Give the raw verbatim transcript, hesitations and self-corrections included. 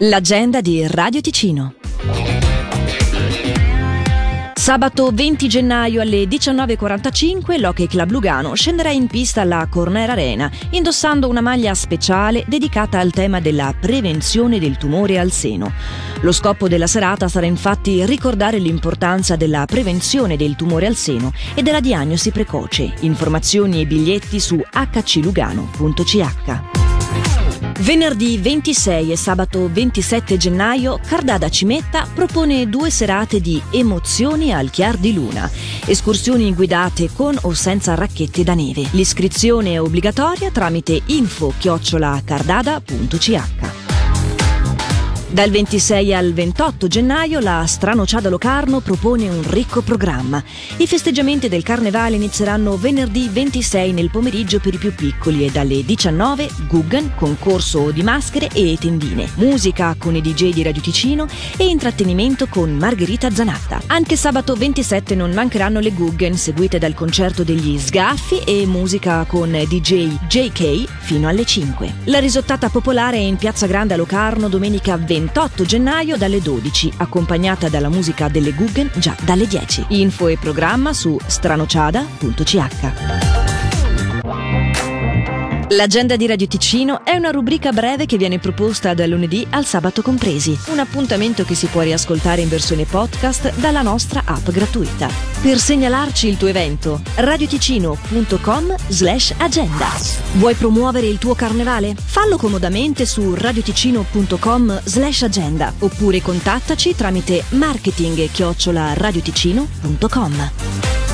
L'agenda di Radio Ticino. Sabato venti gennaio alle diciannove e quarantacinque l'Hockey Club Lugano scenderà in pista alla Corner Arena indossando una maglia speciale dedicata al tema della prevenzione del tumore al seno. Lo scopo della serata sarà infatti ricordare l'importanza della prevenzione del tumore al seno e della diagnosi precoce. Informazioni e biglietti su h c lugano punto c h. Venerdì ventisei e sabato ventisette gennaio Cardada Cimetta propone due serate di emozioni al chiar di luna, escursioni guidate con o senza racchette da neve. L'iscrizione è obbligatoria tramite info chiocciola cardada punto c h. Dal ventisei al ventotto gennaio la Stranociada Locarno propone un ricco programma. I festeggiamenti del Carnevale inizieranno venerdì ventisei nel pomeriggio per i più piccoli e dalle diciannove Guggen, concorso di maschere e tendine, musica con i D J di Radio Ticino e intrattenimento con Margherita Zanatta. Anche sabato ventisette non mancheranno le Guggen, seguite dal concerto degli Sgaffi e musica con D J J K fino alle cinque. La risottata popolare è in Piazza Grande a Locarno domenica ventotto gennaio dalle dodici, accompagnata dalla musica delle Guggen già dalle dieci. Info e programma su stranociada punto c h. L'agenda di Radio Ticino è una rubrica breve che viene proposta dal lunedì al sabato compresi, un appuntamento che si può riascoltare in versione podcast dalla nostra app gratuita. Per segnalarci il tuo evento, radioticino punto com slash agenda. Vuoi promuovere il tuo carnevale? Fallo comodamente su radioticino punto com slash agenda oppure contattaci tramite marketing chiocciola radioticino punto com.